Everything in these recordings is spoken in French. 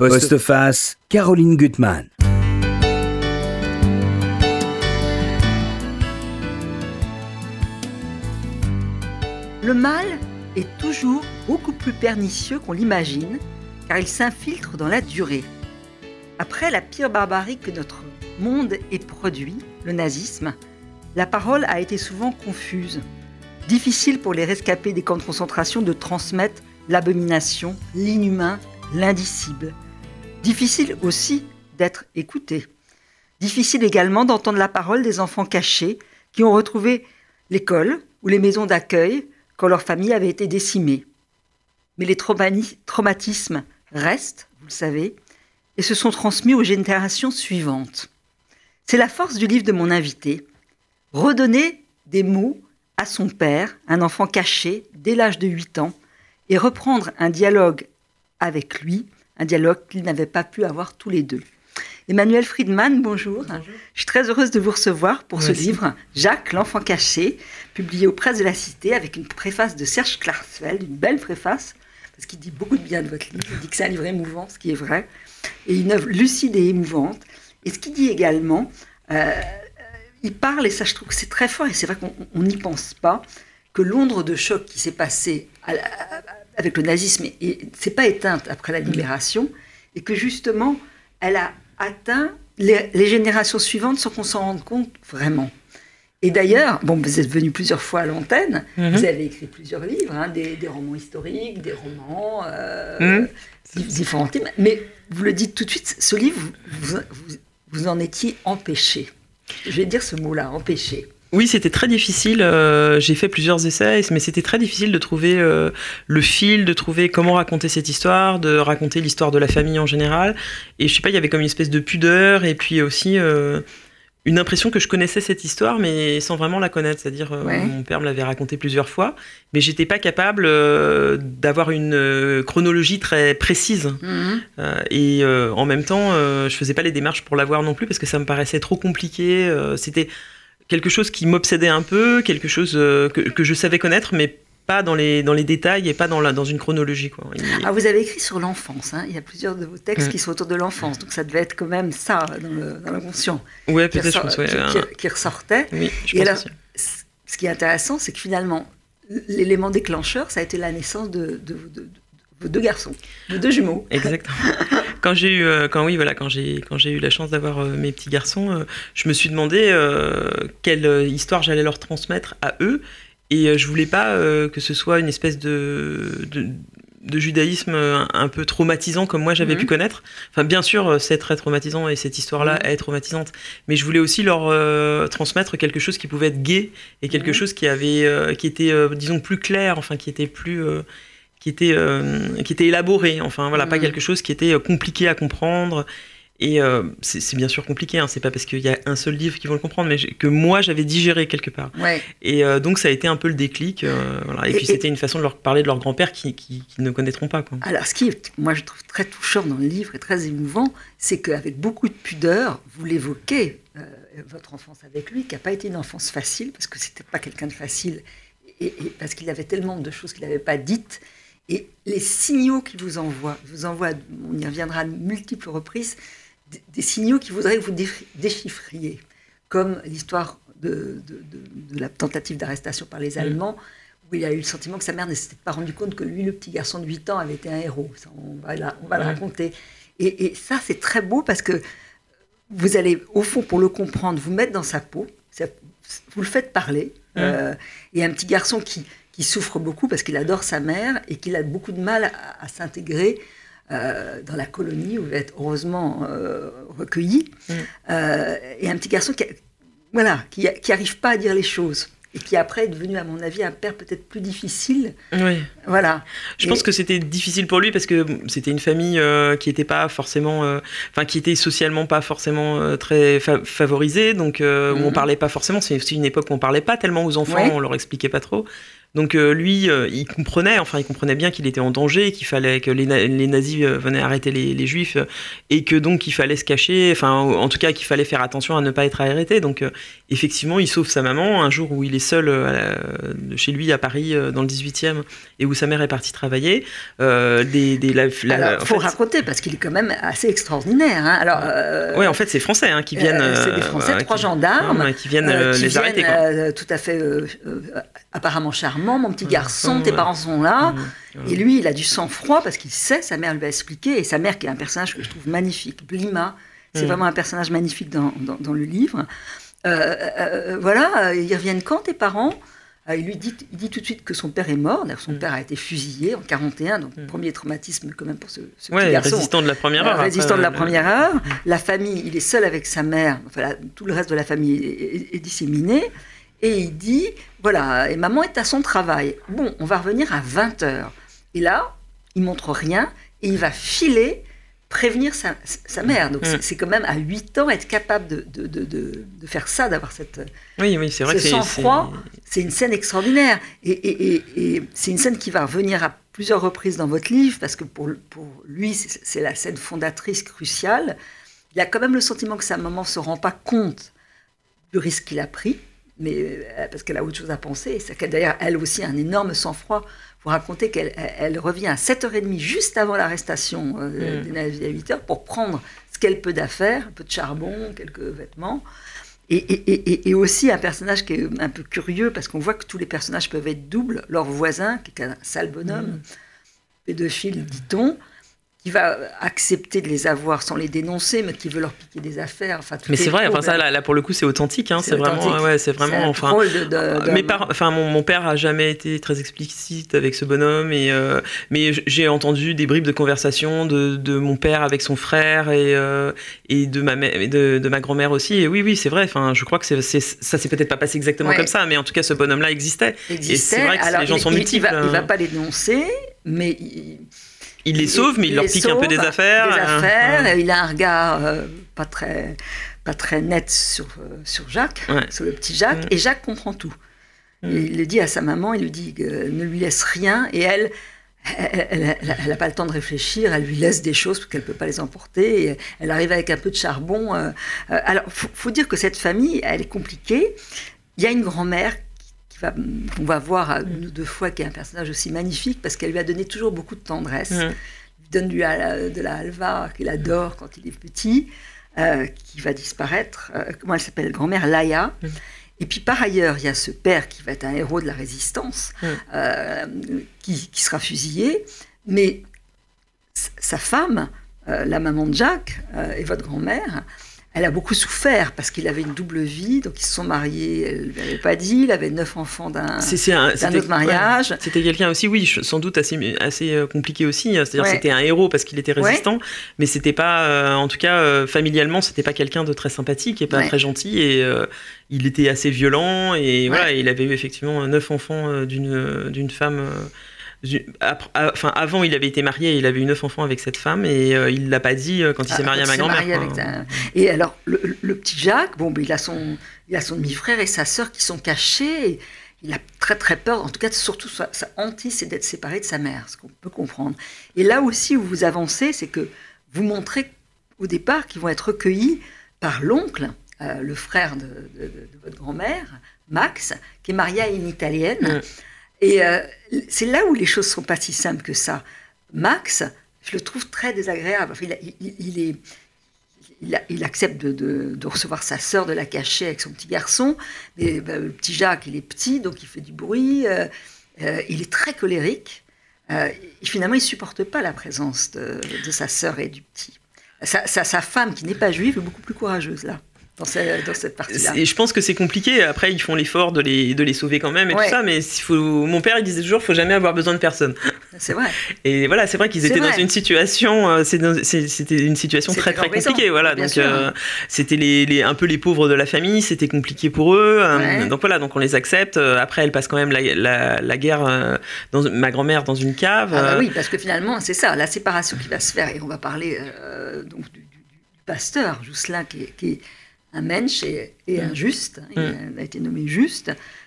Postface, Caroline Gutmann. Le mal est toujours beaucoup plus pernicieux qu'on l'imagine, car il s'infiltre dans la durée. Après la pire barbarie que notre monde ait produit, le nazisme, la parole a été souvent confuse. Difficile pour les rescapés des camps de concentration de transmettre l'abomination, l'inhumain, l'indicible. Difficile aussi d'être écouté. Difficile également d'entendre la parole des enfants cachés qui ont retrouvé l'école ou les maisons d'accueil quand leur famille avait été décimée. Mais les traumatismes restent, vous le savez, et se sont transmis aux générations suivantes. C'est la force du livre de mon invité. Redonner des mots à son père, un enfant caché dès l'âge de 8 ans, et reprendre un dialogue avec lui, un dialogue qu'ils n'avaient pas pu avoir tous les deux. Emmanuel Friedman, bonjour. Bonjour. Je suis très heureuse de vous recevoir pour ce livre, Jacques, l'enfant caché, publié aux Presses de la Cité, avec une préface de Serge Klarsfeld, une belle préface, parce qu'il dit beaucoup de bien de votre livre. Il dit que c'est un livre émouvant, ce qui est vrai, et une œuvre lucide et émouvante. Et ce qu'il dit également, il parle, et ça je trouve que c'est très fort, et c'est vrai qu'on n'y pense pas, que l'onde de choc qui s'est passée avec le nazisme ne s'est pas éteinte après la libération, et que justement, elle a atteint les générations suivantes sans qu'on s'en rende compte vraiment. Et d'ailleurs, vous êtes venu plusieurs fois à l'antenne, vous avez écrit plusieurs livres, des romans historiques, des romans, différents thèmes, mais vous le dites tout de suite, ce livre, vous en étiez empêché. Je vais dire ce mot-là, empêché. Oui, c'était très difficile. J'ai fait plusieurs essais, mais c'était très difficile de trouver le fil, de trouver comment raconter cette histoire, de raconter l'histoire de la famille en général. Et je sais pas, il y avait comme une espèce de pudeur et puis aussi une impression que je connaissais cette histoire, mais sans vraiment la connaître. C'est-à-dire, mon père me l'avait racontée plusieurs fois, mais j'étais pas capable d'avoir une chronologie très précise. Et en même temps, je faisais pas les démarches pour l'avoir non plus parce que ça me paraissait trop compliqué. C'était quelque chose qui m'obsédait un peu, quelque chose que je savais connaître, mais pas dans les détails et pas dans une chronologie, quoi. Vous avez écrit sur l'enfance, il y a plusieurs de vos textes qui sont autour de l'enfance, donc ça devait être quand même ça dans l'inconscient. Oui, peut-être, je pense, qui ressortait. Oui, je et pense alors, aussi. Ce qui est intéressant, c'est que finalement, l'élément déclencheur, ça a été la naissance de vos deux garçons, vos deux jumeaux. Exactement. Quand j'ai eu la chance d'avoir mes petits garçons, je me suis demandé quelle histoire j'allais leur transmettre à eux, et je voulais pas que ce soit une espèce de judaïsme un peu traumatisant comme moi j'avais pu connaître. Enfin, bien sûr, c'est très traumatisant et cette histoire-là est traumatisante, mais je voulais aussi leur transmettre quelque chose qui pouvait être gai et quelque chose qui était, disons, plus clair, enfin, qui était plus qui était élaboré, enfin voilà, pas quelque chose qui était compliqué à comprendre. Et c'est bien sûr compliqué, c'est pas parce qu'il y a un seul livre qui vont le comprendre, mais que moi j'avais digéré quelque part. Ouais. Et donc ça a été un peu le déclic. Voilà. Et puis c'était une façon de leur parler de leur grand-père qui ne connaîtront pas, quoi. Alors ce qui est, moi je trouve très touchant dans le livre et très émouvant, c'est qu'avec beaucoup de pudeur, vous l'évoquez, votre enfance avec lui, qui n'a pas été une enfance facile, parce que c'était pas quelqu'un de facile, et parce qu'il avait tellement de choses qu'il n'avait pas dites. Et les signaux qu'il vous envoie, on y reviendra à multiples reprises, des signaux qu'il voudrait que vous déchiffriez, comme l'histoire de la tentative d'arrestation par les Allemands, où il a eu le sentiment que sa mère ne s'était pas rendu compte que lui, le petit garçon de 8 ans, avait été un héros. Ça, on va le raconter. Et ça, c'est très beau parce que vous allez, au fond, pour le comprendre, vous mettre dans sa peau, vous le faites parler. Et un petit garçon qui souffre beaucoup parce qu'il adore sa mère et qu'il a beaucoup de mal à s'intégrer dans la colonie où il va être heureusement recueilli. Et un petit garçon qui n'arrive pas à dire les choses et qui après est devenu, à mon avis, un père peut-être plus difficile. Oui. Voilà. Je pense que c'était difficile pour lui parce que c'était une famille qui était pas forcément, qui était socialement pas forcément très favorisée, donc où on parlait pas forcément. C'est aussi une époque où on parlait pas tellement aux enfants, on leur expliquait pas trop. Donc lui, il comprenait bien qu'il était en danger, qu'il fallait que les nazis venaient arrêter les juifs, et que donc il fallait se cacher, enfin en tout cas qu'il fallait faire attention à ne pas être arrêté. Donc effectivement, il sauve sa maman un jour où il est seul chez lui à Paris, dans le 18e, et où sa mère est partie travailler. Alors, faut raconter, parce qu'il est quand même assez extraordinaire. Hein. Alors, oui, en fait, c'est Français qui viennent. C'est des Français, 3 gendarmes qui viennent les arrêter. Tout à fait apparemment charmant. Mon petit garçon, tes parents sont là. Et lui, il a du sang-froid parce qu'il sait, sa mère lui a expliqué. Et sa mère, qui est un personnage que je trouve magnifique, Blima, c'est vraiment un personnage magnifique dans le livre. Voilà, ils reviennent quand, tes parents ? Il dit tout de suite que son père est mort. D'ailleurs, son père a été fusillé en 1941, donc premier traumatisme quand même pour ce petit garçon. Résistant de la première heure. Résistant de la première heure. La famille, il est seul avec sa mère. Enfin, tout le reste de la famille est disséminé. Et il dit, voilà, et maman est à son travail. Bon, on va revenir à 20h. Et là, il montre rien et il va filer prévenir sa mère. Donc c'est quand même à 8 ans être capable de faire ça, d'avoir cette c'est vrai ce sang-froid. C'est une scène extraordinaire. Et c'est une scène qui va revenir à plusieurs reprises dans votre livre, parce que pour lui, c'est la scène fondatrice cruciale. Il a quand même le sentiment que sa maman ne se rend pas compte du risque qu'il a pris, mais parce qu'elle a autre chose à penser. C'est qu'elle, d'ailleurs, elle aussi, a un énorme sang-froid. Vous racontez qu'elle revient à 7h30, juste avant l'arrestation des nazis à 8h, pour prendre ce qu'elle peut d'affaires, un peu de charbon, quelques vêtements. Et aussi un personnage qui est un peu curieux, parce qu'on voit que tous les personnages peuvent être doubles. Leur voisin, qui est un sale bonhomme, pédophile, dit-on, qui va accepter de les avoir sans les dénoncer, mais qui veut leur piquer des affaires. Enfin, mais c'est vrai, enfin, ça, là, pour le coup, c'est authentique. Hein, c'est vraiment, c'est vraiment. Enfin, mon père a jamais été très explicite avec ce bonhomme, mais j'ai entendu des bribes de conversation de mon père avec son frère et de ma grand-mère aussi. Et oui, c'est vrai. Enfin, je crois que ça s'est peut-être pas passé exactement comme ça, mais en tout cas, ce bonhomme-là existait. Et c'est vrai que les gens sont multiples. Il va pas les dénoncer, mais il les sauve, mais il leur pique un peu des affaires. Il a un regard pas très net sur Jacques, sur le petit Jacques. Et Jacques comprend tout. Il le dit à sa maman, il lui dit ne lui laisse rien. Et elle n'a pas le temps de réfléchir, elle lui laisse des choses parce qu'elle ne peut pas les emporter. Et elle arrive avec un peu de charbon. Alors, faut dire que cette famille, elle est compliquée. Il y a une grand-mère qu'on va voir une ou deux fois, qui est un personnage aussi magnifique, parce qu'elle lui a donné toujours beaucoup de tendresse. Il donne de la halva qu'il adore quand il est petit, qui va disparaître. Comment elle s'appelle ? Grand-mère Laïa. Et puis par ailleurs, il y a ce père qui va être un héros de la résistance, qui sera fusillé, mais sa femme, la maman de Jacques, et votre grand-mère, elle a beaucoup souffert parce qu'il avait une double vie, donc ils se sont mariés, elle ne l'avait pas dit, il avait 9 enfants d'un autre mariage. C'était quelqu'un aussi, sans doute assez compliqué aussi, c'est-à-dire c'était un héros parce qu'il était résistant, mais c'était pas, en tout cas familialement, c'était pas quelqu'un de très sympathique et pas très gentil, et il était assez violent, et voilà, il avait eu effectivement 9 enfants d'une femme... avant, il avait été marié et il avait eu 9 enfants avec cette femme, et il l'a pas dit quand il s'est marié à ma grand-mère. Et alors le petit Jacques, il a son demi-frère et sa sœur qui sont cachés. Il a très très peur, en tout cas surtout sa hantise, c'est d'être séparé de sa mère, ce qu'on peut comprendre. Et là aussi où vous avancez, c'est que vous montrez au départ qu'ils vont être recueillis par l'oncle, le frère de votre grand-mère, Max, qui est marié à une Italienne. Et c'est là où les choses ne sont pas si simples que ça. Max, je le trouve très désagréable. Enfin, il accepte de recevoir sa sœur, de la cacher avec son petit garçon. Mais le petit Jacques, il est petit, donc il fait du bruit. Il est très colérique. Et finalement, il ne supporte pas la présence de sa sœur et du petit. Sa femme, qui n'est pas juive, est beaucoup plus courageuse, là. Dans cette partie-là. Et je pense que c'est compliqué. Après, ils font l'effort de les sauver quand même et tout ça. Mais mon père, il disait toujours, faut jamais avoir besoin de personne. C'est vrai. Et voilà, c'est vrai qu'ils étaient dans une situation. C'était une situation très très compliquée. Voilà. Donc c'était un peu les pauvres de la famille. C'était compliqué pour eux. Donc voilà. Donc on les accepte. Après, elle passe quand même la guerre. Ma grand-mère dans une cave. Oui, parce que finalement, c'est ça, la séparation qui va se faire. Et on va parler donc du pasteur Jousselin, qui est un mensch et un juste, il a été nommé juste,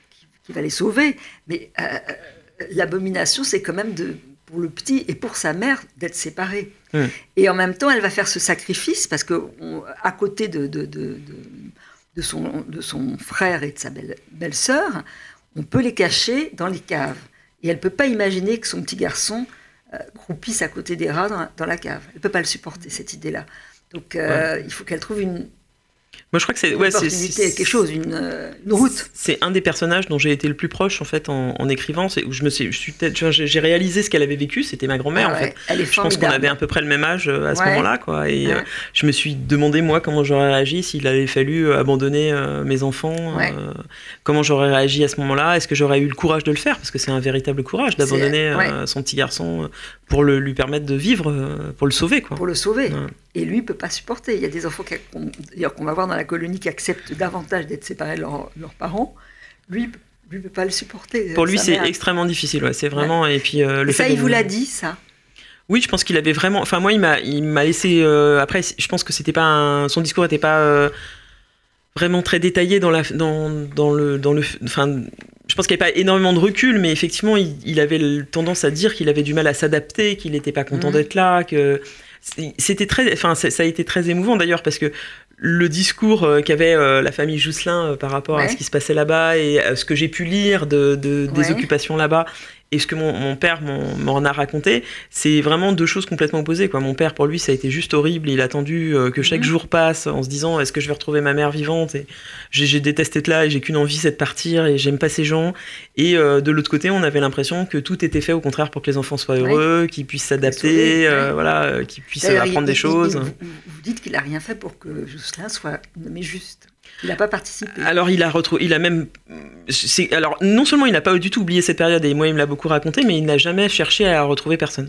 qui va les sauver. Mais l'abomination, c'est quand même pour le petit et pour sa mère d'être séparés. Et en même temps, elle va faire ce sacrifice parce que à côté de son frère et de sa belle-sœur, on peut les cacher dans les caves. Et elle ne peut pas imaginer que son petit garçon croupisse à côté des rats dans la cave. Elle ne peut pas le supporter, cette idée-là. Donc, il faut qu'elle trouve une je crois que c'est quelque chose, une route. C'est un des personnages dont j'ai été le plus proche en fait en écrivant. C'est où j'ai réalisé ce qu'elle avait vécu. C'était ma grand-mère en fait. Elle est je pense qu'on avait à peu près le même âge à ce moment-là, quoi. Et je me suis demandé moi comment j'aurais réagi s'il avait fallu abandonner mes enfants. Comment j'aurais réagi à ce moment-là. Est-ce que j'aurais eu le courage de le faire, parce que c'est un véritable courage d'abandonner son petit garçon pour lui permettre de vivre, pour le sauver, quoi. Pour le sauver. Et lui, il ne peut pas supporter. Il y a des enfants qu'on va voir dans la colonie qui acceptent davantage d'être séparés de leurs parents. Lui, ne peut pas le supporter. Pour lui, c'est extrêmement difficile. C'est vraiment... Et puis, le ça, il vous l'a dit, ça? Oui, je pense qu'il avait vraiment... Enfin, moi, il m'a laissé... Après, je pense que c'était pas son discours n'était pas vraiment très détaillé dans le... Enfin, je pense qu'il n'y avait pas énormément de recul, mais effectivement, il avait tendance à dire qu'il avait du mal à s'adapter, qu'il n'était pas content d'être là, que... C'était ça a été très émouvant d'ailleurs, parce que le discours qu'avait la famille Jousselin par rapport à ce qui se passait là-bas et à ce que j'ai pu lire des occupations là-bas et ce que mon père m'en a raconté, c'est vraiment deux choses complètement opposées, quoi. Mon père, pour lui, ça a été juste horrible. Il a attendu que chaque jour passe en se disant est-ce que je vais retrouver ma mère vivante, et j'ai détesté être là et j'ai qu'une envie, c'est de partir et j'aime pas ces gens. Et de l'autre côté, on avait l'impression que tout était fait au contraire pour que les enfants soient heureux, qu'ils puissent s'adapter, qu'ils puissent apprendre des choses. Vous dites qu'il a rien fait pour que Jousselin soit nommé juste. Il n'a pas participé. Alors alors non seulement il n'a pas du tout oublié cette période, et moi il me l'a beaucoup raconté, mais il n'a jamais cherché à retrouver personne.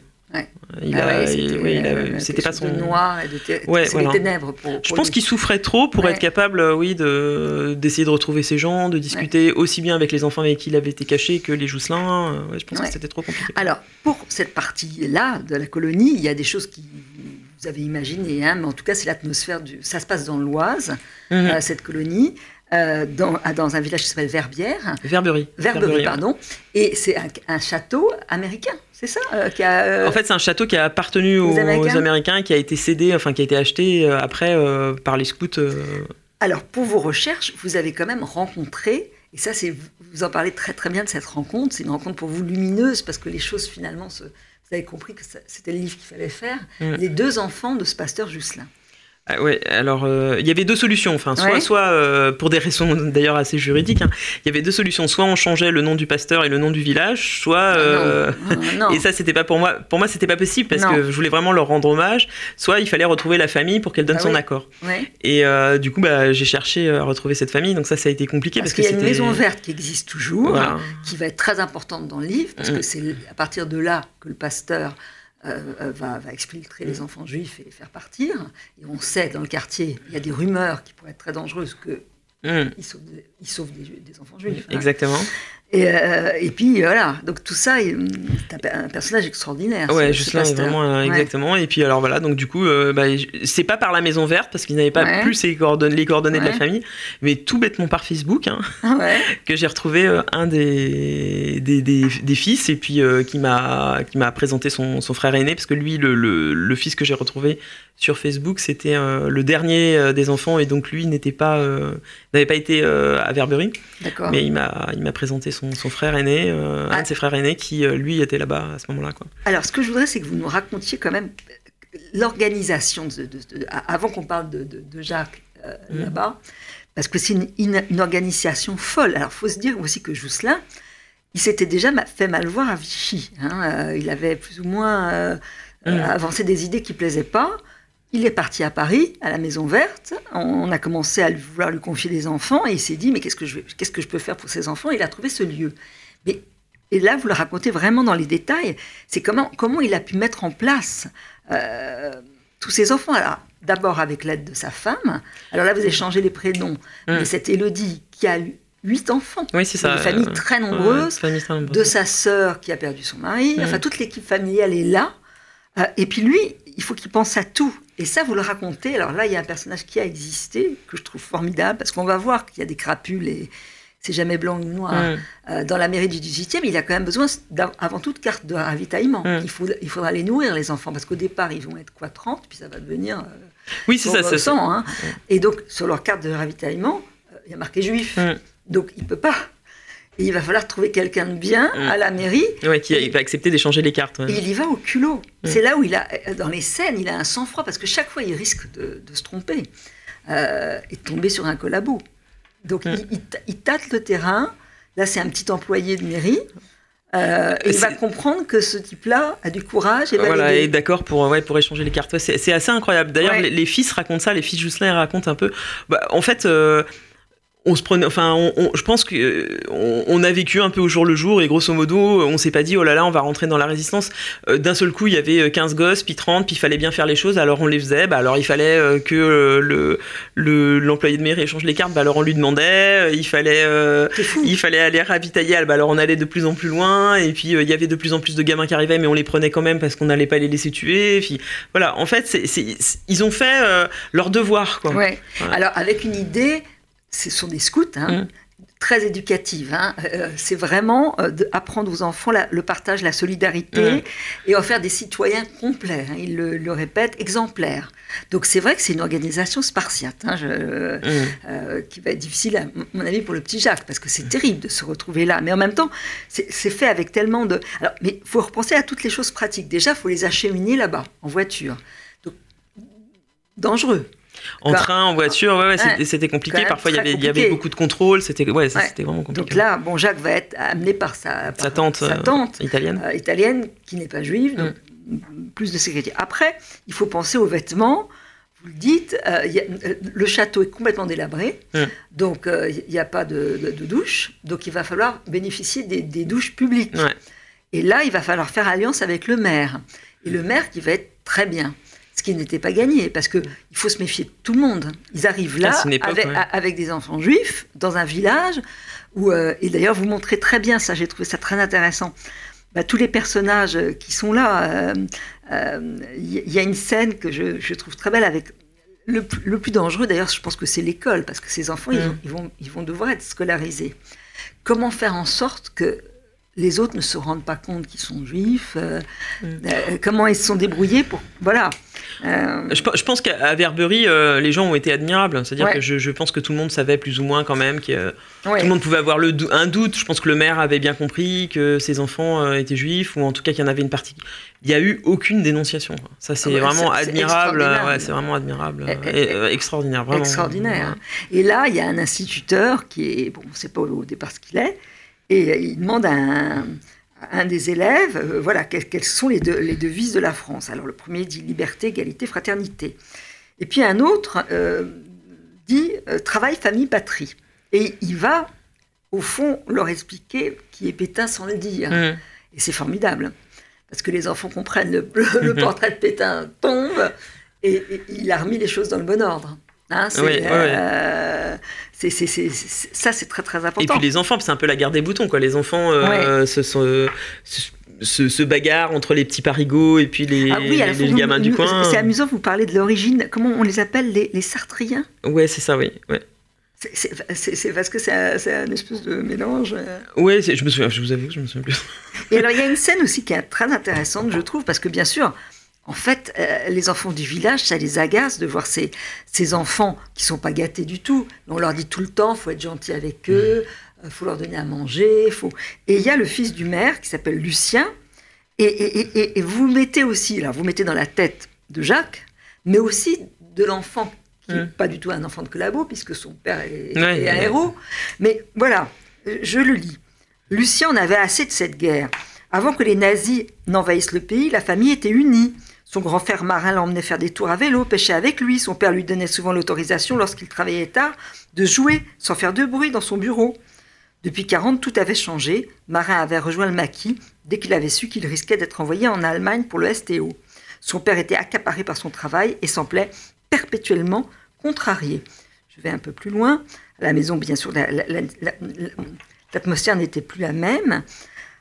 C'était pas son noir et les ténèbres. Je pense qu'il souffrait trop pour être capable, d'essayer de retrouver ces gens, de discuter aussi bien avec les enfants avec qui il avait été caché que les Jousselins. Je pense que c'était trop compliqué. Alors pour cette partie-là de la colonie, il y a des choses qui vous avez imaginées, mais en tout cas c'est l'atmosphère ça se passe dans l'Oise, cette colonie. Dans un village qui s'appelle Verberie, pardon. Et c'est un château américain, c'est ça En fait, c'est un château qui a appartenu aux Américains, qui a été cédé, qui a été acheté après par les scouts. Alors, pour vos recherches, vous avez quand même rencontré, et ça, vous en parlez très très bien de cette rencontre, c'est une rencontre pour vous lumineuse, parce que les choses finalement, vous avez compris que c'était le livre qu'il fallait faire, les deux enfants de ce pasteur Jousselin. Alors il y avait deux solutions, soit pour des raisons d'ailleurs assez juridiques, il y avait deux solutions, soit on changeait le nom du pasteur et le nom du village, soit non. Et ça c'était pas pour moi c'était pas possible parce que je voulais vraiment leur rendre hommage, soit il fallait retrouver la famille pour qu'elle donne son accord. Et du coup j'ai cherché à retrouver cette famille, donc ça a été compliqué parce qu'il y a une maison verte qui existe toujours, qui va être très importante dans le livre, parce que c'est à partir de là que le pasteur va exfiltrer les enfants juifs et les faire partir. Et on sait, dans le quartier, il y a des rumeurs qui pourraient être très dangereuses qu'ils sauvent des enfants juifs. Exactement. Et puis voilà, donc tout ça, c'est un personnage extraordinaire. Jousselin est vraiment exactement. Et puis alors voilà, donc du coup, c'est pas par la maison verte parce qu'ils n'avaient pas plus les coordonnées de la famille, mais tout bêtement par Facebook, que j'ai retrouvé un des fils, et puis qui m'a présenté son frère aîné, parce que lui, le fils que j'ai retrouvé sur Facebook, c'était le dernier des enfants, et donc lui n'avait pas été à Verberie. D'accord. Mais il m'a présenté son frère aîné, un de ses frères aînés, qui lui était là-bas à ce moment-là, quoi. Alors ce que je voudrais, c'est que vous nous racontiez quand même l'organisation avant qu'on parle de Jacques là-bas, parce que c'est une organisation folle. Alors il faut se dire aussi que Jousselin, il s'était déjà fait mal voir à Vichy. Il avait plus ou moins avancé des idées qui ne plaisaient pas. Il est parti à Paris, à la Maison Verte. On a commencé à vouloir lui confier des enfants, et il s'est dit, mais qu'est-ce que je peux faire pour ces enfants ? Il a trouvé ce lieu. Et là, vous le racontez vraiment dans les détails, c'est comment il a pu mettre en place tous ces enfants. Alors, d'abord avec l'aide de sa femme. Alors là, vous avez changé les prénoms. Mais cette Élodie qui a eu 8 enfants. Oui, c'est ça. Une famille très nombreuse. De sa sœur qui a perdu son mari. Enfin, toute l'équipe familiale est là. Et puis lui, il faut qu'il pense à tout. Et ça, vous le racontez. Alors là, il y a un personnage qui a existé, que je trouve formidable, parce qu'on va voir qu'il y a des crapules, et c'est jamais blanc ou noir. Dans la mairie du 18e, il a quand même besoin, avant tout, de cartes de ravitaillement. Il faudra les nourrir, les enfants, parce qu'au départ, ils vont être 30, puis ça va devenir... oui, c'est ça. 100, hein. Et donc, sur leur carte de ravitaillement, il y a marqué juif. Donc, il ne peut pas. Et il va falloir trouver quelqu'un de bien à la mairie. Ouais, qui va accepter d'échanger les cartes. Ouais. Et il y va au culot. C'est là où dans les scènes, il a un sang-froid, parce que chaque fois, il risque de se tromper et de tomber sur un collabo. Donc, il tâte le terrain. Là, c'est un petit employé de mairie. Et il va comprendre que ce type-là a du courage et va l'aider. Et d'accord pour échanger les cartes. Ouais, c'est assez incroyable. D'ailleurs, les fils racontent ça. Les fils Jousselin racontent un peu. En fait... on se prenait, je pense que on a vécu un peu au jour le jour et grosso modo, on s'est pas dit oh là là, on va rentrer dans la résistance. D'un seul coup, il y avait 15 gosses, puis 30, puis il fallait bien faire les choses. Alors on les faisait. Alors il fallait que l'employé de mairie échange les cartes. Alors on lui demandait. Il fallait aller ravitailler. Alors on allait de plus en plus loin. Et puis il y avait de plus en plus de gamins qui arrivaient, mais on les prenait quand même parce qu'on n'allait pas les laisser tuer. Puis voilà. En fait, ils ont fait leur devoir, quoi. Ouais. Voilà. Alors avec une idée. Ce sont des scouts, très éducatives. C'est vraiment apprendre aux enfants le partage, la solidarité et en faire des citoyens complets. Ils le répètent, exemplaires. Donc c'est vrai que c'est une organisation spartiate qui va être difficile, à mon avis, pour le petit Jacques, parce que c'est terrible de se retrouver là. Mais en même temps, c'est fait avec tellement de... mais il faut repenser à toutes les choses pratiques. Déjà, il faut les acheminer là-bas, en voiture. Donc, dangereux. En train, en voiture, c'était compliqué. Parfois, il y avait beaucoup de contrôle. C'était vraiment compliqué. Donc là, Jacques va être amené par sa tante italienne, qui n'est pas juive, donc plus de sécurité. Après, il faut penser aux vêtements. Vous le dites, le château est complètement délabré, donc il n'y a pas de douche. Donc il va falloir bénéficier des douches publiques. Ouais. Et là, il va falloir faire alliance avec le maire. Et le maire qui va être très bien. Ce qui n'était pas gagné, parce qu'il faut se méfier de tout le monde. Ils arrivent là avec des enfants juifs, dans un village, où, et d'ailleurs vous montrez très bien ça, j'ai trouvé ça très intéressant, tous les personnages qui sont là, y a une scène que je trouve très belle, avec le plus dangereux d'ailleurs, je pense que c'est l'école, parce que ces enfants, ils vont devoir être scolarisés. Comment faire en sorte que les autres ne se rendent pas compte qu'ils sont juifs, comment ils se sont débrouillés pour... Voilà. Je pense qu'à Verberie, les gens ont été admirables. C'est-à-dire que je pense que tout le monde savait plus ou moins quand même que tout le monde pouvait avoir un doute. Je pense que le maire avait bien compris que ses enfants étaient juifs, ou en tout cas qu'il y en avait une partie. Il n'y a eu aucune dénonciation. Ça, c'est vraiment admirable. C'est vraiment admirable. Extraordinaire, vraiment. Extraordinaire. Et là, il y a un instituteur qui est... Bon, on ne sait pas au départ ce qu'il est. Et il demande à un des élèves, quelles sont les devises de la France. Alors le premier dit liberté, égalité, fraternité. Et puis un autre dit travail, famille, patrie. Et il va, au fond, leur expliquer qui est Pétain sans le dire. Et c'est formidable, parce que les enfants comprennent, le portrait de Pétain tombe, et il a remis les choses dans le bon ordre. Ça, c'est très très important. Et puis les enfants, c'est un peu la guerre des boutons, quoi. Les enfants se bagarrent entre les petits parigots et puis les gamins du coin. C'est amusant, vous parlez de l'origine. Comment on les appelle, les Sartriens ? Ouais, c'est ça, oui. Ouais. C'est parce que c'est un espèce de mélange. Oui, je vous avoue que je me souviens plus. Et alors, il y a une scène aussi qui est très intéressante, je trouve, parce que bien sûr, en fait, les enfants du village, ça les agace de voir ces enfants qui ne sont pas gâtés du tout. On leur dit tout le temps, il faut être gentil avec eux, il faut leur donner à manger. Et il y a le fils du maire qui s'appelle Lucien, et vous mettez aussi, alors vous mettez dans la tête de Jacques, mais aussi de l'enfant, qui n'est pas du tout un enfant de collabo, puisque son père est un héros. Mais voilà, je le lis. Lucien en avait assez de cette guerre. Avant que les nazis n'envahissent le pays, la famille était unie. Son grand frère marin l'emmenait faire des tours à vélo, pêcher avec lui. Son père lui donnait souvent l'autorisation, lorsqu'il travaillait tard, de jouer sans faire de bruit dans son bureau. Depuis 40, tout avait changé. Marin avait rejoint le maquis dès qu'il avait su qu'il risquait d'être envoyé en Allemagne pour le STO. Son père était accaparé par son travail et semblait perpétuellement contrarié. Je vais un peu plus loin. À la maison, bien sûr, l'atmosphère n'était plus la même.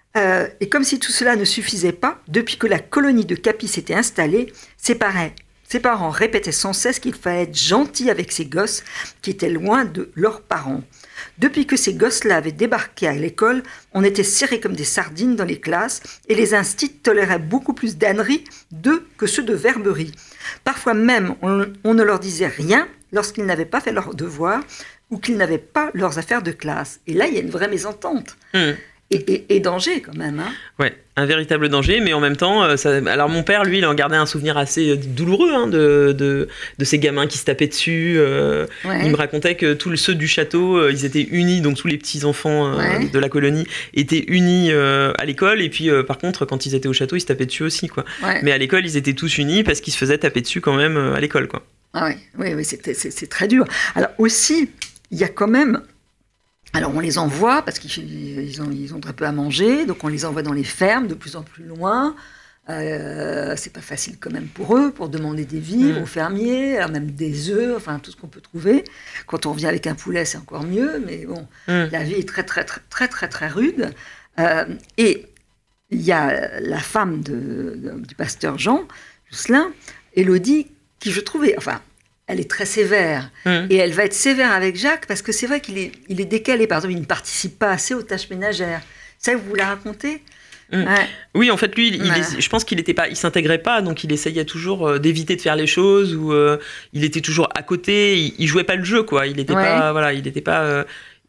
Et comme si tout cela ne suffisait pas, depuis que la colonie de Capi s'était installée, c'est pareil. Ses parents répétaient sans cesse qu'il fallait être gentil avec ces gosses qui étaient loin de leurs parents. Depuis que ces gosses-là avaient débarqué à l'école, on était serrés comme des sardines dans les classes et les instits toléraient beaucoup plus d'âneries d'eux que ceux de Verberie. Parfois même, on ne leur disait rien lorsqu'ils n'avaient pas fait leurs devoirs ou qu'ils n'avaient pas leurs affaires de classe. Et là, il y a une vraie mésentente. Et danger quand même. Hein. Ouais, un véritable danger, mais en même temps, alors mon père, lui, il en gardait un souvenir assez douloureux hein, de ces gamins qui se tapaient dessus. Il me racontait que tous ceux du château, ils étaient unis, donc tous les petits-enfants de la colonie étaient unis à l'école, et puis par contre, quand ils étaient au château, ils se tapaient dessus aussi. Quoi. Ouais. Mais à l'école, ils étaient tous unis parce qu'ils se faisaient taper dessus quand même à l'école. Quoi. Ah oui, c'est très dur. Alors aussi, il y a quand même... Alors on les envoie parce qu'ils ont très peu à manger, donc on les envoie dans les fermes de plus en plus loin. C'est pas facile quand même pour eux, pour demander des vivres aux fermiers, alors même des œufs, enfin tout ce qu'on peut trouver. Quand on revient avec un poulet, c'est encore mieux, mais bon, la vie est très très très très très très rude. Et il y a la femme du pasteur Jean, Jocelyn, Élodie, qui je trouvais, enfin. Elle est très sévère. Et elle va être sévère avec Jacques parce que c'est vrai qu'il est décalé. Par exemple, il ne participe pas assez aux tâches ménagères. Ça, vous la racontez Ouais. Oui, en fait, lui, je pense qu'il il s'intégrait pas, donc il essayait toujours d'éviter de faire les choses, ou il était toujours à côté, il jouait pas le jeu, quoi. Il était pas, voilà, il était pas...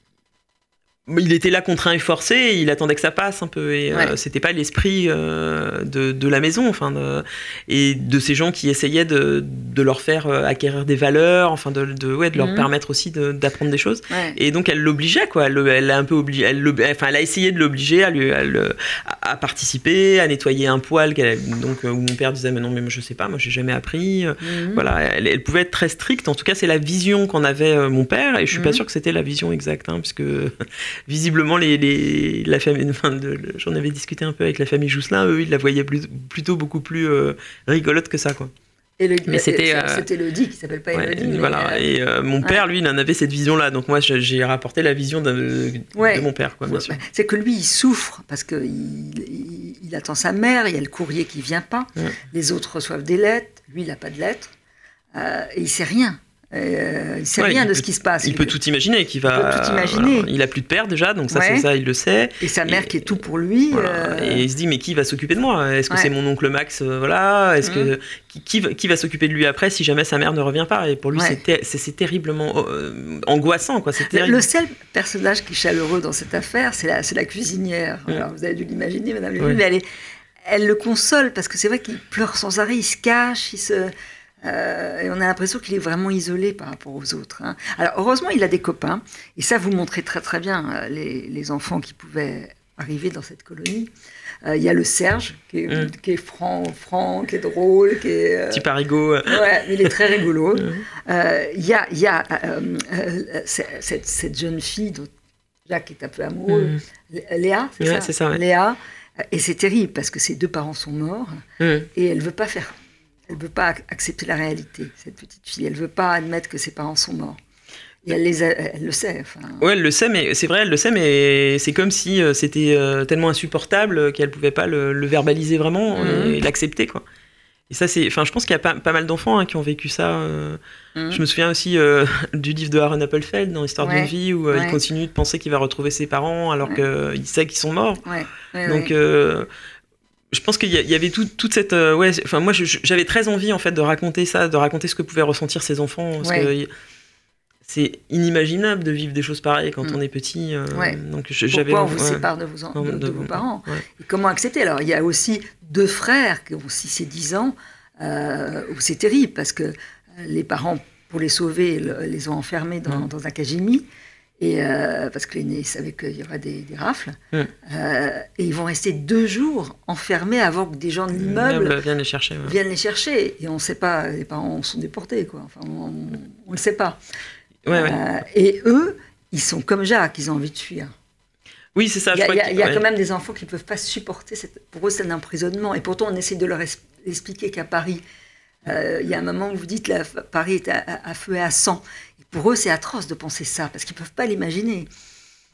il était là contraint et forcé, et il attendait que ça passe un peu, et c'était pas l'esprit de la maison, enfin, et de ces gens qui essayaient de leur faire acquérir des valeurs, enfin de leur permettre aussi d'apprendre des choses. Et donc elle l'obligeait, quoi. Elle a un peu obligé, elle a essayé de l'obliger à participer, à nettoyer un poêle, donc où mon père disait mais non, mais je sais pas, moi j'ai jamais appris. Voilà, elle pouvait être très stricte. En tout cas, c'est la vision qu'en avait mon père, et je suis pas sûre que c'était la vision exacte, hein, puisque visiblement, la famille, j'en avais discuté un peu avec la famille Jousselin, eux, ils la voyaient plutôt beaucoup plus rigolote que ça, quoi. Mais c'était Élodie qui s'appelle pas Élodie. Voilà. Et mon père, lui, il en avait cette vision-là. Donc moi, j'ai rapporté la vision de mon père, quoi, bien sûr. C'est que lui, il souffre parce que il attend sa mère. Il y a le courrier qui vient pas. Les autres reçoivent des lettres. Lui, il n'a pas de lettres. Et il sait rien. Il sait rien de ce qui se passe. Il peut tout imaginer. Il a plus de père déjà, donc ça, c'est ça, il le sait. Et sa mère qui est tout pour lui. Voilà. Et il se dit, mais qui va s'occuper de moi ? Est-ce que c'est mon oncle Max ? Voilà. Est-ce que qui va s'occuper de lui après si jamais sa mère ne revient pas ? Et pour lui, c'est terriblement angoissant, quoi. C'est terrible. Le seul personnage qui est chaleureux dans cette affaire, c'est la cuisinière. Alors, vous avez dû l'imaginer, Madame Lévy, mais elle le console parce que c'est vrai qu'il pleure sans arrêt, il se cache, et on a l'impression qu'il est vraiment isolé par rapport aux autres. Hein. Alors, heureusement, il a des copains. Et ça, vous montrez très, très bien les enfants qui pouvaient arriver dans cette colonie. Il y a le Serge, qui est franc, qui est drôle, qui est... Petit parigot. Ouais, il est très rigolo. Il y a cette jeune fille dont Jacques est un peu amoureux. Léa, c'est ça ? C'est ça, ouais. Léa. Et c'est terrible, parce que ses deux parents sont morts. Et elle ne veut pas Elle ne veut pas accepter la réalité, cette petite fille. Elle ne veut pas admettre que ses parents sont morts. Et elle le sait. Oui, elle le sait, mais c'est vrai, elle le sait, mais c'est comme si c'était tellement insupportable qu'elle ne pouvait pas le verbaliser vraiment et l'accepter, quoi. Et ça, je pense qu'il y a pas mal d'enfants qui ont vécu ça. Je me souviens aussi du livre de Aaron Appelfeld, dans l'Histoire d'une vie, où il continue de penser qu'il va retrouver ses parents alors qu'il sait qu'ils sont morts. Donc... je pense qu'il y avait toute cette... moi, j'avais très envie, en fait, de raconter ça, de raconter ce que pouvaient ressentir ces enfants. Parce que c'est inimaginable de vivre des choses pareilles quand on est petit. Donc pourquoi on vous sépare de vos parents et comment accepter ? Alors, il y a aussi deux frères qui ont 6 et 10 ans, où c'est terrible, parce que les parents, pour les sauver, les ont enfermés dans un cagimi. Et parce que l'aîné savait qu'il y aurait des rafles, et ils vont rester 2 jours enfermés avant que des gens de l'immeuble viennent les chercher. Et on ne sait pas, les parents sont déportés, quoi. Enfin, on ne le sait pas. Ouais. Et eux, ils sont comme Jacques, ils ont envie de fuir. Oui, c'est ça. Il y a quand même des enfants qui ne peuvent pas supporter pour eux, c'est un emprisonnement. Et pourtant, on essaie de leur expliquer qu'à Paris, il y a un moment où vous dites que Paris est à feu et à sang. Et pour eux, c'est atroce de penser ça, parce qu'ils ne peuvent pas l'imaginer.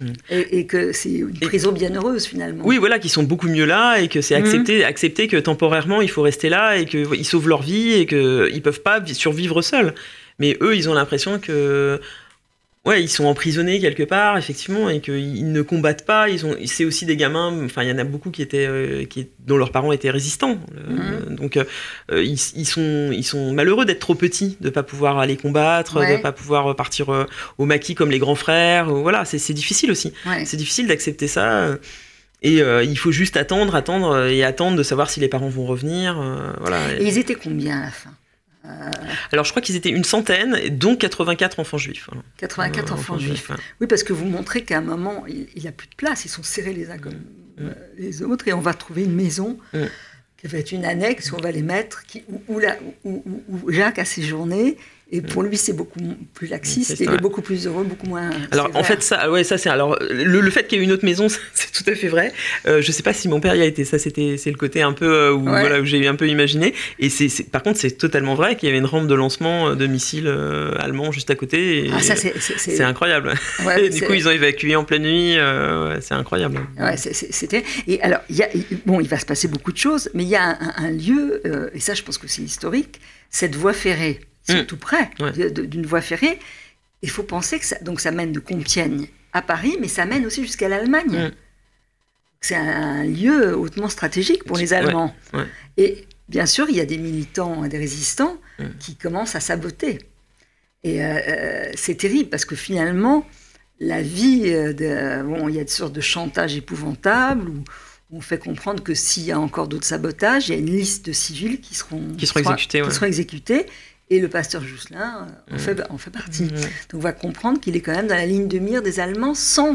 Et que c'est une prison bien heureuse, finalement. Oui, voilà, qu'ils sont beaucoup mieux là et que c'est accepter que temporairement, il faut rester là et qu'ils sauvent leur vie et qu'ils ne peuvent pas survivre seuls. Mais eux, ils ont l'impression que... Ouais, ils sont emprisonnés quelque part, effectivement, et qu'ils ne combattent pas. C'est aussi des gamins, enfin, il y en a beaucoup dont leurs parents étaient résistants. Donc, ils sont malheureux d'être trop petits, de ne pas pouvoir aller combattre, de ne pas pouvoir partir au maquis comme les grands frères. Voilà, c'est difficile aussi. Ouais. C'est difficile d'accepter ça. Et il faut juste attendre de savoir si les parents vont revenir. Voilà. Et ils étaient combien à la fin ? Alors, je crois qu'ils étaient une centaine, dont 84 enfants juifs. 84 enfants juifs. Oui, parce que vous montrez qu'à un moment, il n'y a plus de place. Ils sont serrés les uns comme les autres. Et on va trouver une maison qui va être une annexe où on va les mettre, où Jacques a séjourné. Et pour lui, c'est beaucoup plus laxiste. Il est beaucoup plus heureux, beaucoup moins. Alors, sévère. En fait, ça c'est. Alors, le fait qu'il y ait une autre maison, c'est tout à fait vrai. Je sais pas si mon père y a été. Ça, c'est le côté un peu où j'ai un peu imaginé. Et par contre, c'est totalement vrai qu'il y avait une rampe de lancement de missiles allemands juste à côté. Et c'est incroyable. Ouais, et du coup, ils ont évacué en pleine nuit. C'est incroyable. Ouais, c'était. Et alors, il va se passer beaucoup de choses, mais il y a un lieu, et ça, je pense que c'est historique, cette voie ferrée. C'est tout près d'une voie ferrée. Il faut penser que ça mène de Compiègne à Paris, mais ça mène aussi jusqu'à l'Allemagne. C'est un lieu hautement stratégique pour les Allemands. Ouais. Et bien sûr, il y a des militants et des résistants qui commencent à saboter. Et c'est terrible parce que finalement, la vie, il y a une sorte de chantage épouvantable où on fait comprendre que s'il y a encore d'autres sabotages, il y a une liste de civils qui seront exécutés. Et le pasteur Jousselin en fait partie. Donc on va comprendre qu'il est quand même dans la ligne de mire des Allemands sans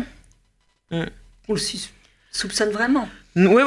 qu'on le soupçonne vraiment. Non,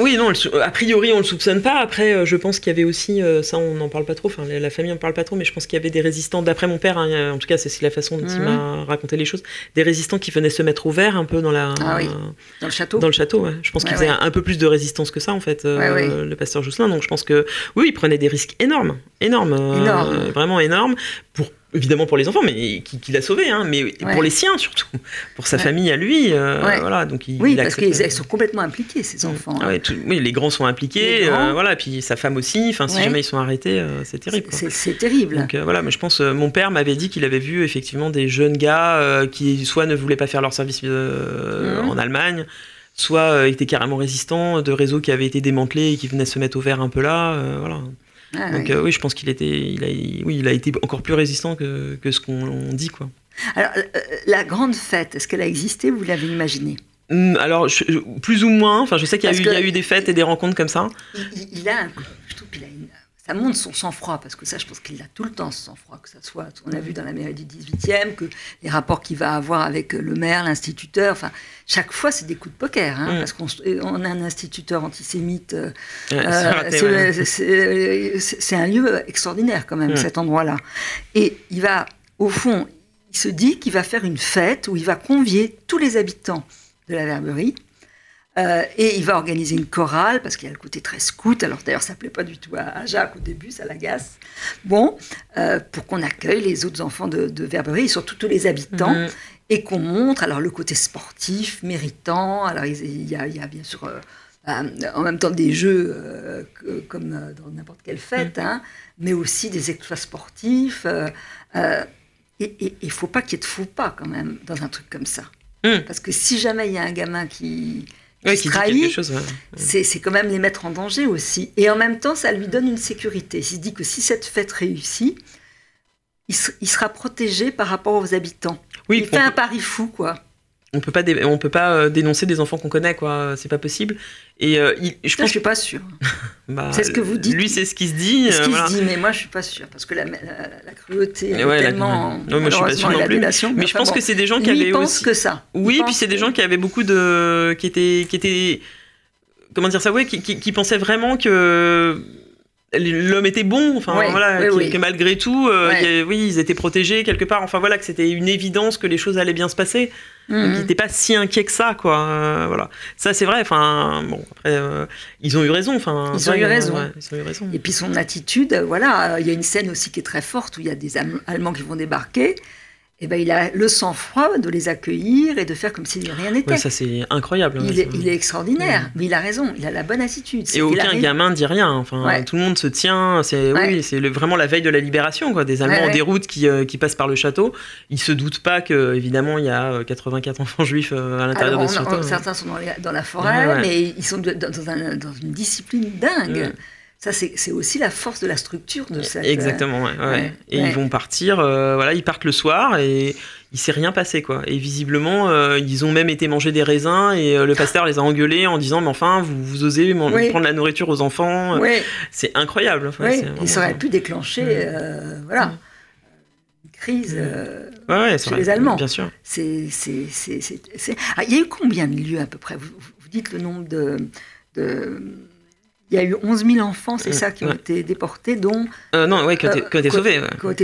a priori on le soupçonne pas. Après, je pense qu'il y avait aussi, ça on n'en parle pas trop, enfin la famille en parle pas trop, mais je pense qu'il y avait des résistants, d'après mon père, en tout cas c'est la façon dont il m'a raconté les choses, des résistants qui venaient se mettre au vert un peu dans le château. Dans le château, ouais. Je pense qu'il faisait un peu plus de résistance que ça en fait, le pasteur Jousselin. Donc je pense que il prenait des risques énormes. Vraiment énormes, évidemment pour les enfants, mais qui l'a sauvé, mais pour les siens surtout, pour sa famille à lui. Voilà, donc parce qu'ils sont complètement impliqués, ces enfants. Les grands sont impliqués, et puis sa femme aussi. Enfin, si jamais ils sont arrêtés, c'est terrible. C'est terrible. Donc mais je pense, mon père m'avait dit qu'il avait vu effectivement des jeunes gars qui soit ne voulaient pas faire leur service en Allemagne, soit étaient carrément résistants, de réseaux qui avaient été démantelés et qui venaient se mettre au vert un peu là. Voilà. Donc je pense qu'il a été encore plus résistant que ce qu'on dit, quoi. Alors la grande fête, est-ce qu'elle a existé ou vous l'avez imaginée? Alors plus ou moins. Enfin, je sais qu'il y a eu des fêtes et des rencontres comme ça. Je trouve qu'il a ça montre son sang-froid, parce que ça, je pense qu'il a tout le temps, ce sang-froid, que ça soit, on a vu dans la mairie du 18e, que les rapports qu'il va avoir avec le maire, l'instituteur, enfin, chaque fois, c'est des coups de poker, parce qu'on a un instituteur antisémite. C'est un lieu extraordinaire, quand même, cet endroit-là. Et il va, au fond, il se dit qu'il va faire une fête où il va convier tous les habitants de la Verberie. Et il va organiser une chorale, parce qu'il y a le côté très scout. Alors d'ailleurs, ça ne plaît pas du tout à Jacques au début, ça l'agace. Bon, pour qu'on accueille les autres enfants de Verberie, et surtout tous les habitants, et qu'on montre alors le côté sportif, méritant. Alors il y a bien sûr en même temps des jeux comme dans n'importe quelle fête, mais aussi des exploits sportifs. Et il ne faut pas qu'il y ait de faux pas quand même dans un truc comme ça. Parce que si jamais il y a un gamin qui trahit, c'est quand même les mettre en danger aussi. Et en même temps, ça lui donne une sécurité. Il se dit que si cette fête réussit, il sera protégé par rapport aux habitants. Il fait un pari fou, quoi. On peut pas dénoncer des enfants qu'on connaît, quoi. C'est pas possible. Et je suis pas sûre. C'est ce que vous dites. Lui, c'est ce qui se dit. Mais moi, je suis pas sûre, parce que la cruauté est tellement. Non, moi, je suis pas sûre non plus. Mais je pense que c'est des gens qui avaient aussi. Que ça. Oui, puis c'est des gens qui avaient beaucoup de, qui étaient, comment dire ça, qui pensaient vraiment que l'homme était bon, que malgré tout, ils étaient protégés quelque part. Enfin voilà, que c'était une évidence que les choses allaient bien se passer. Donc ils n'étaient pas si inquiets que ça, quoi. Voilà, ça c'est vrai. Enfin bon, après ils ont eu raison. Ils ont eu raison. Et puis son attitude, voilà, il y a une scène aussi qui est très forte où il y a des Allemands qui vont débarquer. Et ben, il a le sang-froid de les accueillir et de faire comme si rien n'était. Ouais, ça c'est incroyable. Il est extraordinaire, mais il a raison, il a la bonne attitude. Et aucun gamin dit rien. Enfin, tout le monde se tient. C'est vraiment la veille de la libération, quoi. Des Allemands en déroute qui passent par le château. Ils se doutent pas que évidemment il y a 84 enfants juifs à l'intérieur de ce château. Certains sont dans la forêt, mais ils sont dans une discipline dingue. Ça, c'est aussi la force de la structure de cette... Exactement, Et ils vont partir, ils partent le soir et il s'est rien passé, quoi. Et visiblement, ils ont même été manger des raisins et le pasteur les a engueulés en disant « Mais enfin, vous osez prendre la nourriture aux enfants ?» C'est incroyable. Enfin, vraiment... Ça aurait pu déclencher, une crise chez les Allemands. Bien sûr. Il y a eu combien de lieux à peu près ? Vous dites le nombre de... Il y a eu 11 000 enfants, c'est ça, qui ont été déportés, dont... qui ont été sauvés.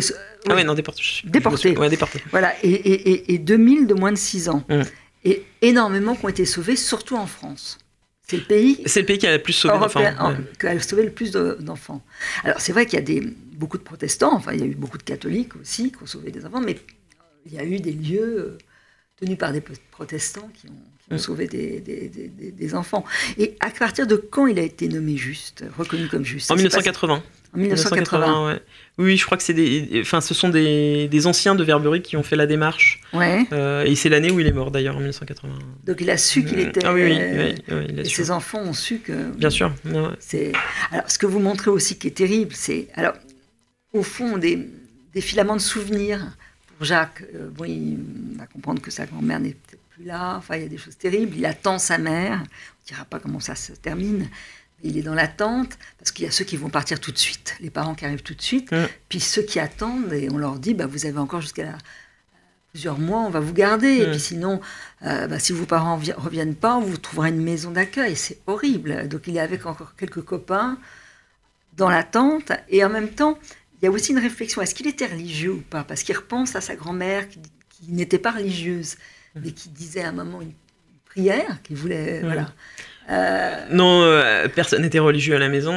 Déportés. Déportés. Voilà, et 2 000 de moins de 6 ans. Et énormément qui ont été sauvés, surtout en France. C'est le pays qui a le plus sauvé d'enfants. Qui a sauvé le plus d'enfants. Alors, c'est vrai qu'il y a beaucoup de protestants, enfin, il y a eu beaucoup de catholiques aussi qui ont sauvé des enfants, mais il y a eu des lieux tenus par des protestants qui ont sauvé des enfants. Et à partir de quand il a été nommé reconnu comme juste ? En 1980. En 1980, Oui, je crois que ce sont des anciens de Verberie qui ont fait la démarche. Et c'est l'année où il est mort, d'ailleurs, en 1980. Donc il a su qu'il était... Ah oui, il a et su. ses enfants ont su que... Bien sûr. Alors, ce que vous montrez aussi qui est terrible, c'est... Alors, au fond, des filaments de souvenirs. Pour Jacques, il va comprendre que sa grand-mère n'est peut-être plus là. Enfin, il y a des choses terribles. Il attend sa mère. On ne dira pas comment ça se termine. Il est dans l'attente, parce qu'il y a ceux qui vont partir tout de suite, les parents qui arrivent tout de suite, puis ceux qui attendent, et on leur dit, vous avez encore jusqu'à plusieurs mois, on va vous garder, et puis sinon, si vos parents ne reviennent pas, on vous trouvera une maison d'accueil, c'est horrible. Donc il est avec encore quelques copains, dans l'attente, et en même temps, il y a aussi une réflexion, est-ce qu'il était religieux ou pas ? Parce qu'il repense à sa grand-mère qui n'était pas religieuse, mais qui disait à un moment une prière, qui voulait... Voilà. Non, personne n'était religieux à la maison.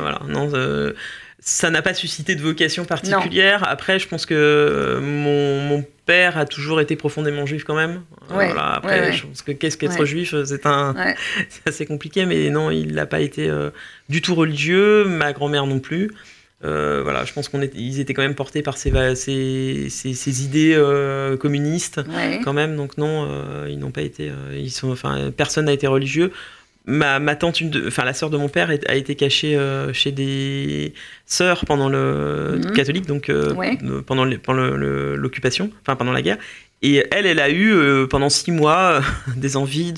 Ça n'a pas suscité de vocation particulière. Non. Après, je pense que mon père a toujours été profondément juif quand même. Après, je pense que qu'est-ce qu'être juif, c'est assez compliqué, mais non, il n'a pas été du tout religieux. Ma grand-mère non plus. Je pense qu'ils étaient quand même portés par ces idées communistes quand même. Donc non, ils n'ont pas été. Personne n'a été religieux. Ma tante, la sœur de mon père, a été cachée chez des sœurs pendant le catholique, donc pendant l'occupation, pendant la guerre. Et elle a eu pendant 6 mois des envies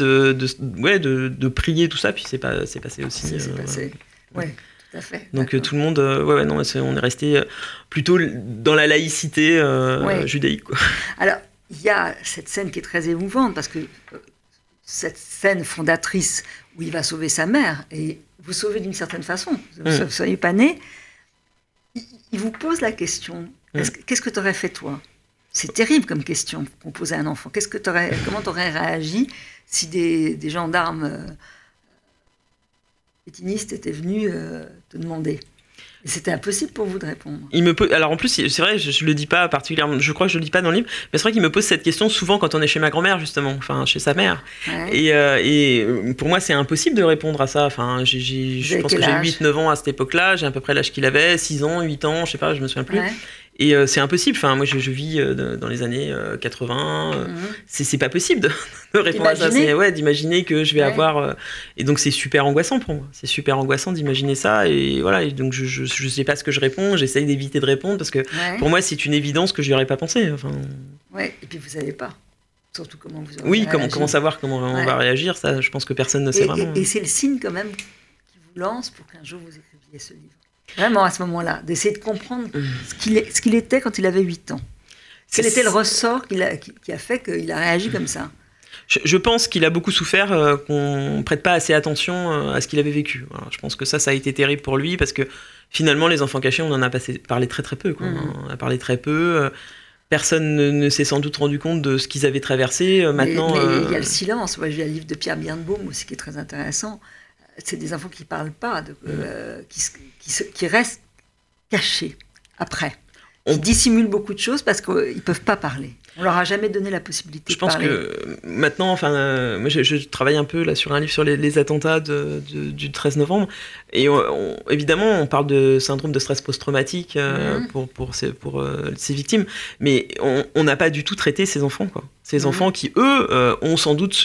de prier, tout ça. Puis c'est passé aussi. C'est passé. Tout à fait. Donc tout le monde, on est resté plutôt dans la laïcité judaïque, quoi. Alors il y a cette scène qui est très émouvante parce que cette scène fondatrice où il va sauver sa mère, et vous sauvez d'une certaine façon, vous ne soyez pas né, il vous pose la question, qu'est-ce que tu aurais fait toi ? C'est terrible comme question qu'on pose à un enfant. Comment tu aurais réagi si des gendarmes pétinistes étaient venus te demander ? Et c'était impossible pour vous de répondre. Alors en plus, c'est vrai, je le dis pas particulièrement, je crois que je le dis pas dans le livre, mais c'est vrai qu'il me pose cette question souvent quand on est chez ma grand-mère, justement, chez sa mère. Et pour moi, c'est impossible de répondre à ça. Je pense que j'ai 8-9 ans à cette époque-là, j'ai à peu près l'âge qu'il avait, 6 ans, 8 ans, je sais pas, je me souviens plus. Et c'est impossible. Moi, je vis dans les années 80. C'est pas possible de répondre à ça. D'imaginer que je vais avoir... et donc, c'est super angoissant pour moi. C'est super angoissant d'imaginer ça. Et voilà. Et donc, je sais pas ce que je réponds. J'essaye d'éviter de répondre parce que pour moi, c'est une évidence que je n'y aurais pas pensé. Et puis, vous savez pas. Surtout comment vous aurez réagi. Comment savoir comment on va réagir. Ça, je pense que personne ne sait vraiment. Et c'est le signe quand même qui vous lance pour qu'un jour, vous écriviez ce livre. Vraiment, à ce moment-là, d'essayer de comprendre ce qu'il était quand il avait 8 ans. Quel était le ressort qui a fait qu'il a réagi comme ça ? Je pense qu'il a beaucoup souffert qu'on ne prête pas assez attention à ce qu'il avait vécu. Voilà, je pense que ça a été terrible pour lui, parce que finalement, les enfants cachés, on en a parlé très très peu. On a parlé très peu. Personne ne s'est sans doute rendu compte de ce qu'ils avaient traversé. Maintenant, mais il y a le silence. Moi, j'ai un livre de Pierre Birnbaum aussi qui est très intéressant. C'est des enfants qui ne parlent pas, qui restent cachés après, qui dissimulent beaucoup de choses parce qu'ils ne peuvent pas parler. On leur a jamais donné la possibilité Je de pense parler. que maintenant, moi je travaille un peu là sur un livre sur les attentats du 13 novembre, et évidemment on parle de syndrome de stress post-traumatique pour ces victimes, mais on n'a pas du tout traité ces enfants, quoi. Ces enfants qui, eux, ont sans doute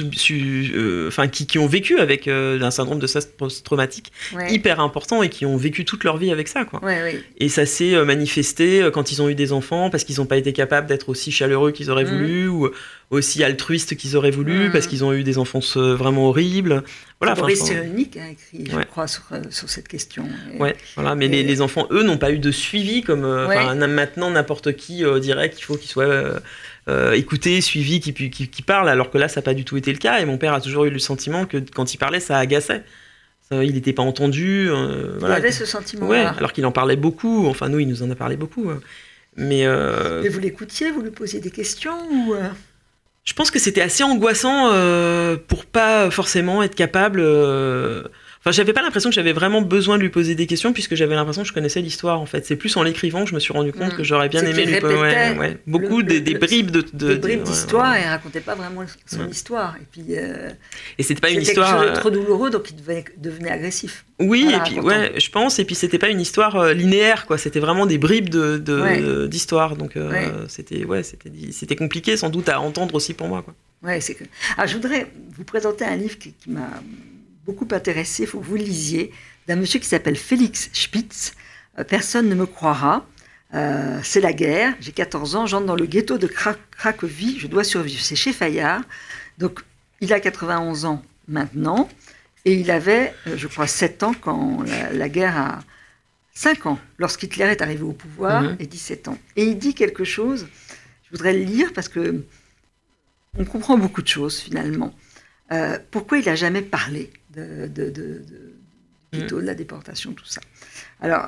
qui ont vécu avec un syndrome de stress post-traumatique hyper important et qui ont vécu toute leur vie avec ça, quoi. Et ça s'est manifesté quand ils ont eu des enfants parce qu'ils n'ont pas été capables d'être aussi chaleureux qu'ils auraient voulu, ou aussi altruistes qu'ils auraient voulu, parce qu'ils ont eu des enfances vraiment horribles. Voilà, Boris Cyrulnik a écrit, je crois, sur cette question. Mais les enfants, eux, n'ont pas eu de suivi comme maintenant n'importe qui dirait qu'il faut qu'ils soient écouté, suivi, qui parle, alors que là, ça n'a pas du tout été le cas. Et mon père a toujours eu le sentiment que quand il parlait, ça agaçait. Il n'était pas entendu. Il avait ce sentiment-là. Alors qu'il en parlait beaucoup. Enfin, nous, il nous en a parlé beaucoup. Mais vous l'écoutiez, vous lui posiez des questions ou Je pense que c'était assez angoissant pour pas forcément être capable... Enfin, j'avais pas l'impression que j'avais vraiment besoin de lui poser des questions, puisque j'avais l'impression que je connaissais l'histoire, en fait. C'est plus en l'écrivant que je me suis rendu compte que j'aurais bien aimé lui poser beaucoup des bribes des bribes d'histoire, et il racontait pas vraiment son histoire. Et puis et c'était pas une histoire quelque chose de trop douloureux, donc il devenait agressif. Oui, et puis je pense, et puis c'était pas une histoire linéaire, quoi. C'était vraiment des bribes d'histoire, donc c'était compliqué sans doute à entendre aussi pour moi, quoi. Je voudrais vous présenter un livre qui m'a beaucoup intéressé, il faut que vous le lisiez, d'un monsieur qui s'appelle Félix Spitz. Personne ne me croira. C'est la guerre. J'ai 14 ans, j'entre dans le ghetto de Cracovie. Je dois survivre. C'est chez Fayard. Donc, il a 91 ans maintenant. Et il avait, je crois, 7 ans quand la guerre a... 5 ans, lorsqu'Hitler est arrivé au pouvoir, et 17 ans. Et il dit quelque chose, je voudrais le lire parce que on comprend beaucoup de choses, finalement. Pourquoi il n'a jamais parlé de la déportation, tout ça. Alors,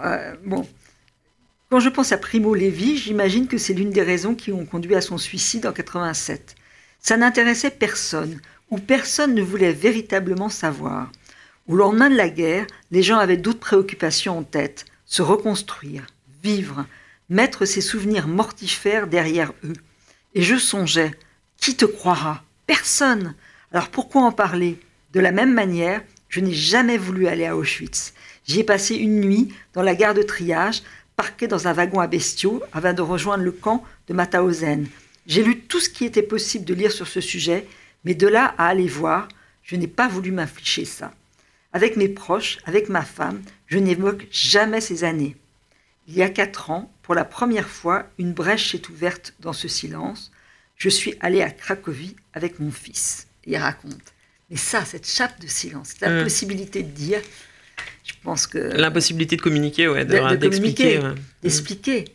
quand je pense à Primo Levi, j'imagine que c'est l'une des raisons qui ont conduit à son suicide en 87. Ça n'intéressait personne, ou personne ne voulait véritablement savoir. Au lendemain de la guerre, les gens avaient d'autres préoccupations en tête, se reconstruire, vivre, mettre ses souvenirs mortifères derrière eux. Et je songeais, qui te croira ? Personne. Alors pourquoi en parler ? De la même manière, je n'ai jamais voulu aller à Auschwitz. J'y ai passé une nuit dans la gare de triage, parqué dans un wagon à bestiaux, avant de rejoindre le camp de Mauthausen. J'ai lu tout ce qui était possible de lire sur ce sujet, mais de là à aller voir, je n'ai pas voulu m'infliger ça. Avec mes proches, avec ma femme, je n'évoque jamais ces années. Il y a 4 ans, pour la première fois, une brèche s'est ouverte dans ce silence. Je suis allé à Cracovie avec mon fils. Et il raconte. Mais ça, cette chape de silence, la possibilité de dire, je pense que... L'impossibilité de communiquer, d'expliquer. D'expliquer.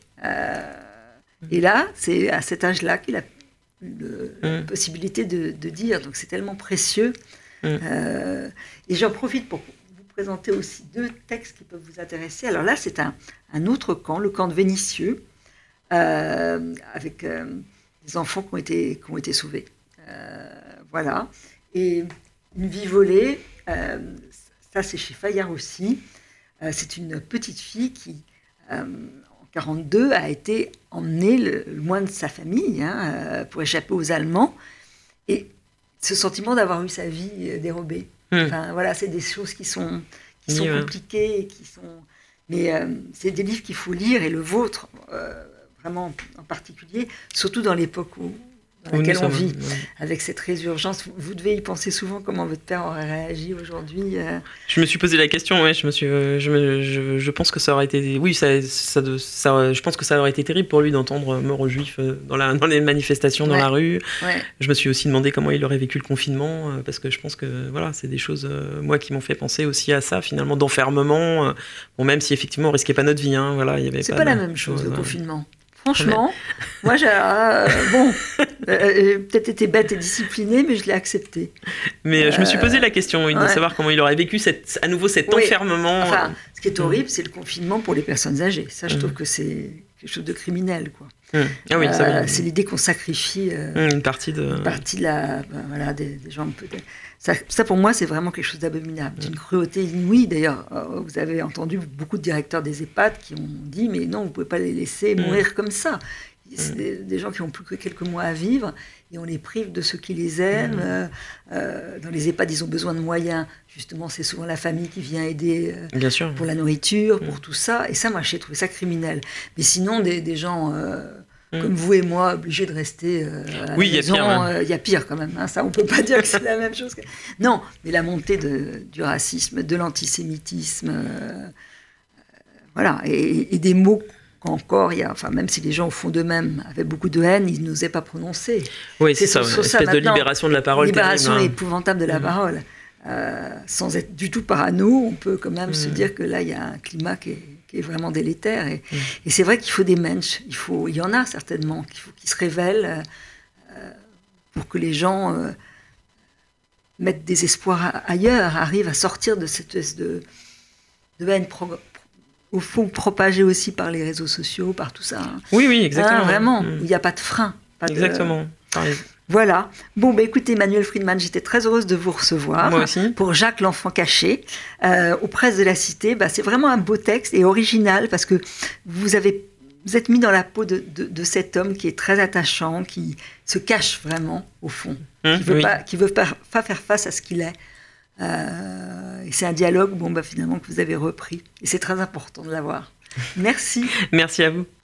Et là, c'est à cet âge-là qu'il a eu la possibilité de dire. Donc c'est tellement précieux. Et j'en profite pour vous présenter aussi 2 textes qui peuvent vous intéresser. Alors là, c'est un autre camp, le camp de Vénissieux, avec des enfants qui ont été sauvés. Voilà. Et Une vie volée, ça c'est chez Fayard aussi. C'est une petite fille qui, en 1942, a été emmenée loin de sa famille pour échapper aux Allemands. Et ce sentiment d'avoir eu sa vie dérobée. Enfin, voilà, c'est des choses qui sont compliquées, mais c'est des livres qu'il faut lire, et le vôtre, vraiment en particulier, surtout dans l'époque dans laquelle on vit, avec cette résurgence. Vous devez y penser souvent, comment votre père aurait réagi aujourd'hui. Je me suis posé la question, je pense que ça aurait été... Oui, je pense que ça aurait été terrible pour lui d'entendre mort aux Juifs dans les manifestations dans la rue. Ouais. Je me suis aussi demandé comment il aurait vécu le confinement, parce que je pense que voilà, c'est des choses, moi, qui m'ont fait penser aussi à ça, finalement, d'enfermement. Même si effectivement on risquait pas notre vie. Voilà, y avait c'est pas la même chose, le confinement. Franchement, moi, j'ai peut-être été bête et disciplinée, mais je l'ai accepté. Mais je me suis posé la question, de savoir comment il aurait vécu à nouveau cet enfermement. Enfin, ce qui est horrible, c'est le confinement pour les personnes âgées. Ça, je trouve que c'est quelque chose de criminel, quoi. Ah oui, c'est l'idée qu'on sacrifie une partie des gens peut-être. Ça, pour moi, c'est vraiment quelque chose d'abominable. C'est une cruauté inouïe. D'ailleurs, vous avez entendu beaucoup de directeurs des EHPAD qui ont dit « Mais non, vous ne pouvez pas les laisser mourir comme ça. C'est des gens qui n'ont plus que quelques mois à vivre et on les prive de ceux qui les aiment. Dans les EHPAD, ils ont besoin de moyens. Justement, c'est souvent la famille qui vient aider Bien sûr. pour la nourriture, pour tout ça. Et ça, moi, j'ai trouvé ça criminel. Mais sinon, des gens comme vous et moi, obligés de rester à la maison, il y a pire quand même. Hein. Ça, on ne peut pas dire que c'est la même chose. Non, mais la montée du racisme, de l'antisémitisme, voilà, et des mots qu'encore, même si les gens au fond d'eux-mêmes avaient beaucoup de haine, ils n'osaient pas prononcer. Oui, c'est ça, une espèce de libération de la parole. Libération terrible, épouvantable de la parole. Sans être du tout parano, on peut quand même se dire que là, il y a un climat qui est vraiment délétère. Et c'est vrai qu'il faut des mensch. Il y en a certainement, qui se révèlent pour que les gens mettent des espoirs ailleurs, arrivent à sortir de cette espèce de haine au fond propagée aussi par les réseaux sociaux, par tout ça. Hein. Oui, exactement. Vraiment, où il n'y a pas de frein. Exactement. Voilà. Bon, écoutez, Emmanuelle Friedman, j'étais très heureuse de vous recevoir. Moi aussi. Pour Jacques l'enfant caché, aux Presses de la Cité. C'est vraiment un beau texte et original parce que vous êtes mis dans la peau de cet homme qui est très attachant, qui se cache vraiment, au fond, qui veut pas faire face à ce qu'il est. Et c'est un dialogue, finalement, que vous avez repris. Et c'est très important de l'avoir. Merci. Merci à vous.